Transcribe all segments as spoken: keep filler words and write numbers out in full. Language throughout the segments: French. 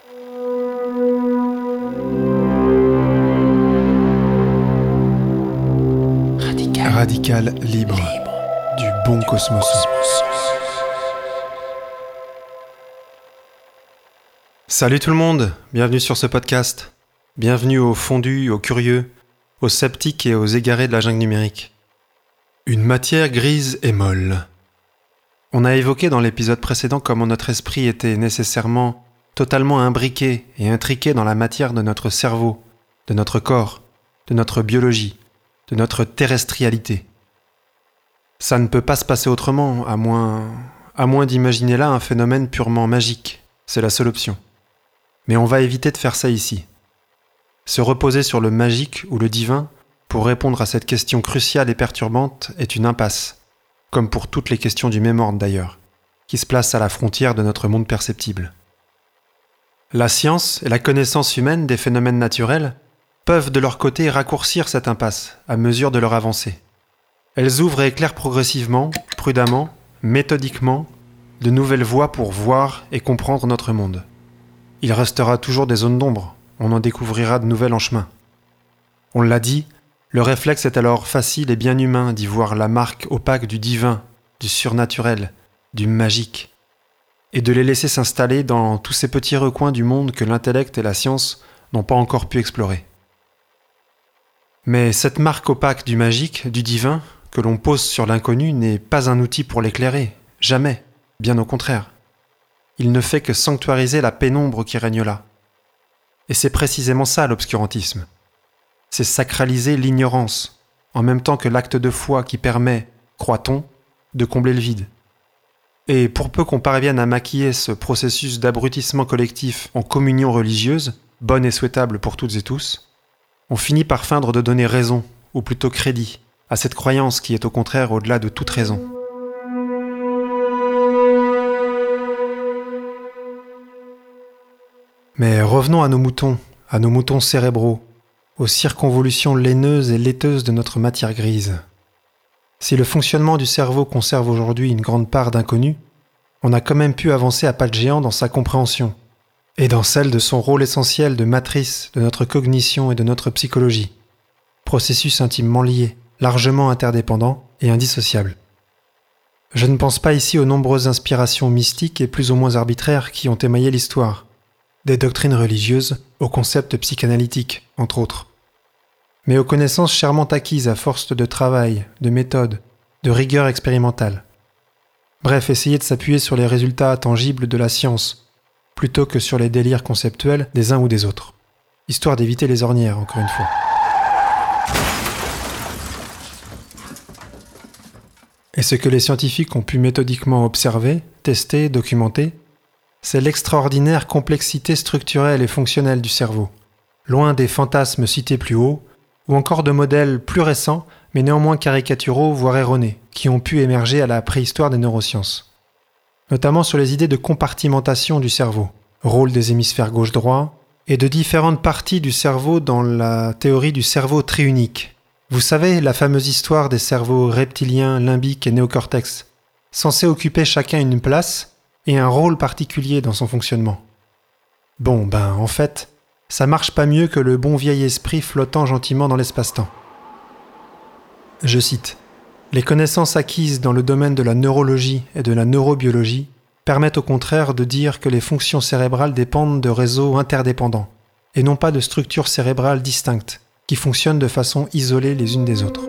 Radical, Radical libre, libre, du bon cosmos. cosmos. Salut tout le monde, bienvenue sur ce podcast. Bienvenue aux fondus, aux curieux, aux sceptiques et aux égarés de la jungle numérique. Une matière grise et molle. On a évoqué dans l'épisode précédent comment notre esprit était nécessairement totalement imbriqué et intriqué dans la matière de notre cerveau, de notre corps, de notre biologie, de notre terrestrialité. Ça ne peut pas se passer autrement, à moins, à moins d'imaginer là un phénomène purement magique. C'est la seule option. Mais on va éviter de faire ça ici. Se reposer sur le magique ou le divin pour répondre à cette question cruciale et perturbante est une impasse, comme pour toutes les questions du même ordre d'ailleurs, qui se placent à la frontière de notre monde perceptible. La science et la connaissance humaine des phénomènes naturels peuvent de leur côté raccourcir cette impasse à mesure de leur avancée. Elles ouvrent et éclairent progressivement, prudemment, méthodiquement, de nouvelles voies pour voir et comprendre notre monde. Il restera toujours des zones d'ombre, on en découvrira de nouvelles en chemin. On l'a dit, le réflexe est alors facile et bien humain d'y voir la marque opaque du divin, du surnaturel, du magique, et de les laisser s'installer dans tous ces petits recoins du monde que l'intellect et la science n'ont pas encore pu explorer. Mais cette marque opaque du magique, du divin, que l'on pose sur l'inconnu n'est pas un outil pour l'éclairer, jamais, bien au contraire. Il ne fait que sanctuariser la pénombre qui règne là. Et c'est précisément ça l'obscurantisme. C'est sacraliser l'ignorance, en même temps que l'acte de foi qui permet, croit-on, de combler le vide. Et pour peu qu'on parvienne à maquiller ce processus d'abrutissement collectif en communion religieuse, bonne et souhaitable pour toutes et tous, on finit par feindre de donner raison, ou plutôt crédit, à cette croyance qui est au contraire au-delà de toute raison. Mais revenons à nos moutons, à nos moutons cérébraux, aux circonvolutions laineuses et laiteuses de notre matière grise. Si le fonctionnement du cerveau conserve aujourd'hui une grande part d'inconnu, on a quand même pu avancer à pas de géant dans sa compréhension, et dans celle de son rôle essentiel de matrice de notre cognition et de notre psychologie, processus intimement liés, largement interdépendants et indissociables. Je ne pense pas ici aux nombreuses inspirations mystiques et plus ou moins arbitraires qui ont émaillé l'histoire, des doctrines religieuses aux concepts psychanalytiques, entre autres, mais aux connaissances chèrement acquises à force de travail, de méthode, de rigueur expérimentale. Bref, essayer de s'appuyer sur les résultats tangibles de la science, plutôt que sur les délires conceptuels des uns ou des autres, histoire d'éviter les ornières, encore une fois. Et ce que les scientifiques ont pu méthodiquement observer, tester, documenter, c'est l'extraordinaire complexité structurelle et fonctionnelle du cerveau, loin des fantasmes cités plus haut, ou encore de modèles plus récents, mais néanmoins caricaturaux, voire erronés, qui ont pu émerger à la préhistoire des neurosciences. Notamment sur les idées de compartimentation du cerveau, rôle des hémisphères gauche-droit, et de différentes parties du cerveau dans la théorie du cerveau triunique. Vous savez, la fameuse histoire des cerveaux reptiliens, limbiques et néocortex, censés occuper chacun une place et un rôle particulier dans son fonctionnement. Bon, ben, en fait, ça marche pas mieux que le bon vieil esprit flottant gentiment dans l'espace-temps. Je cite, « Les connaissances acquises dans le domaine de la neurologie et de la neurobiologie permettent au contraire de dire que les fonctions cérébrales dépendent de réseaux interdépendants, et non pas de structures cérébrales distinctes, qui fonctionnent de façon isolée les unes des autres. »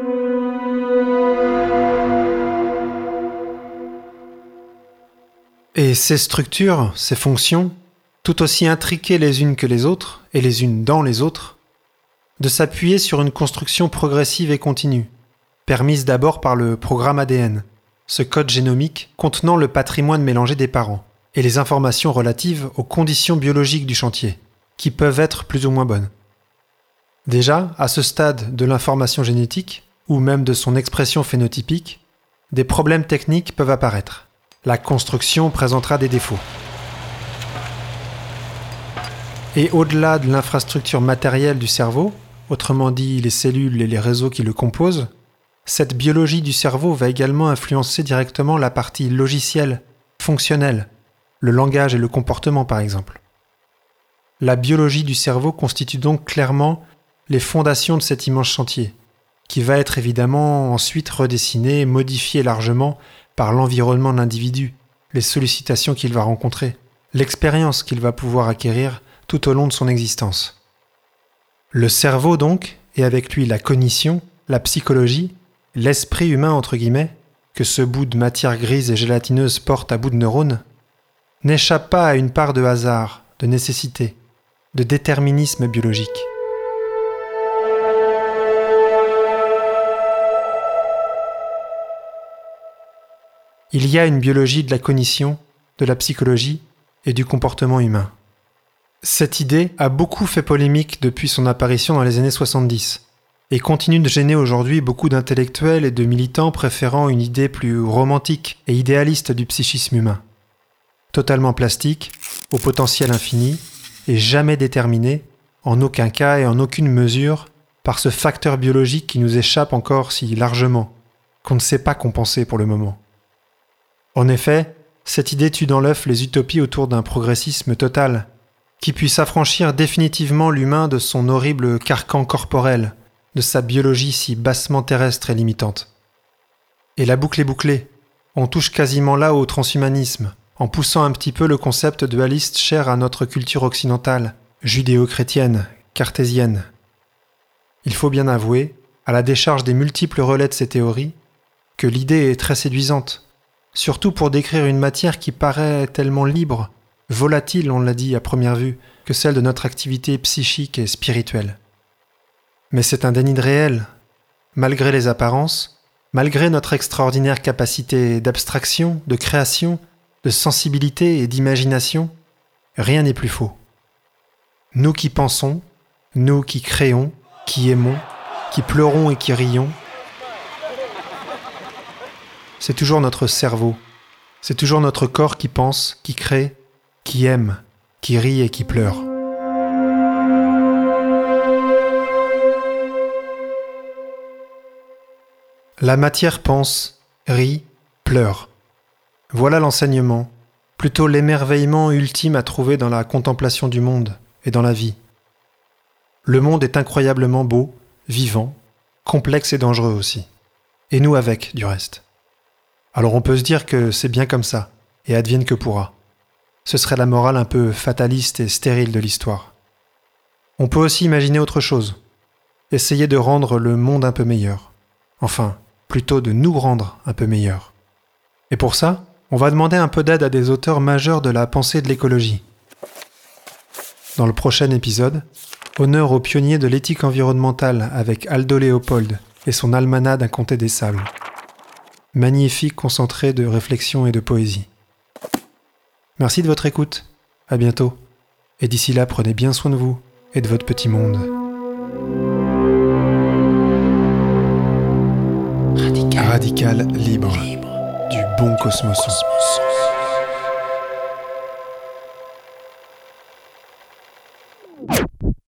Et ces structures, ces fonctions, tout aussi intriquées les unes que les autres, et les unes dans les autres, de s'appuyer sur une construction progressive et continue, permise d'abord par le programme A D N, ce code génomique contenant le patrimoine mélangé des parents, et les informations relatives aux conditions biologiques du chantier, qui peuvent être plus ou moins bonnes. Déjà, à ce stade de l'information génétique, ou même de son expression phénotypique, des problèmes techniques peuvent apparaître. La construction présentera des défauts. Et au-delà de l'infrastructure matérielle du cerveau, autrement dit les cellules et les réseaux qui le composent, cette biologie du cerveau va également influencer directement la partie logicielle, fonctionnelle, le langage et le comportement par exemple. La biologie du cerveau constitue donc clairement les fondations de cet immense chantier, qui va être évidemment ensuite redessiné et modifié largement par l'environnement de l'individu, les sollicitations qu'il va rencontrer, l'expérience qu'il va pouvoir acquérir tout au long de son existence. Le cerveau donc, et avec lui la cognition, la psychologie, l'esprit humain entre guillemets, que ce bout de matière grise et gélatineuse porte à bout de neurones, n'échappe pas à une part de hasard, de nécessité, de déterminisme biologique. Il y a une biologie de la cognition, de la psychologie et du comportement humain. Cette idée a beaucoup fait polémique depuis son apparition dans les années soixante-dix et continue de gêner aujourd'hui beaucoup d'intellectuels et de militants préférant une idée plus romantique et idéaliste du psychisme humain. Totalement plastique, au potentiel infini et jamais déterminé, en aucun cas et en aucune mesure, par ce facteur biologique qui nous échappe encore si largement, qu'on ne sait pas compenser pour le moment. En effet, cette idée tue dans l'œuf les utopies autour d'un progressisme total, qui puisse affranchir définitivement l'humain de son horrible carcan corporel, de sa biologie si bassement terrestre et limitante. Et la boucle est bouclée, on touche quasiment là au transhumanisme, en poussant un petit peu le concept dualiste cher à notre culture occidentale, judéo-chrétienne, cartésienne. Il faut bien avouer, à la décharge des multiples relais de ces théories, que l'idée est très séduisante, surtout pour décrire une matière qui paraît tellement libre, volatile, on l'a dit à première vue, que celle de notre activité psychique et spirituelle. Mais c'est un déni de réel. Malgré les apparences, malgré notre extraordinaire capacité d'abstraction, de création, de sensibilité et d'imagination, rien n'est plus faux. Nous qui pensons, nous qui créons, qui aimons, qui pleurons et qui rions, c'est toujours notre cerveau, c'est toujours notre corps qui pense, qui crée, qui aime, qui rit et qui pleure. La matière pense, rit, pleure. Voilà l'enseignement, plutôt l'émerveillement ultime à trouver dans la contemplation du monde et dans la vie. Le monde est incroyablement beau, vivant, complexe et dangereux aussi. Et nous avec, du reste. Alors on peut se dire que c'est bien comme ça, et advienne que pourra. Ce serait la morale un peu fataliste et stérile de l'histoire. On peut aussi imaginer autre chose. Essayer de rendre le monde un peu meilleur. Enfin, plutôt de nous rendre un peu meilleurs. Et pour ça, on va demander un peu d'aide à des auteurs majeurs de la pensée de l'écologie. Dans le prochain épisode, honneur aux pionniers de l'éthique environnementale avec Aldo Leopold et son Almanach d'un comté des sables. Magnifique concentré de réflexion et de poésie. Merci de votre écoute. À bientôt. Et d'ici là, prenez bien soin de vous et de votre petit monde. Radical, Radical libre, libre, du bon cosmos. cosmos.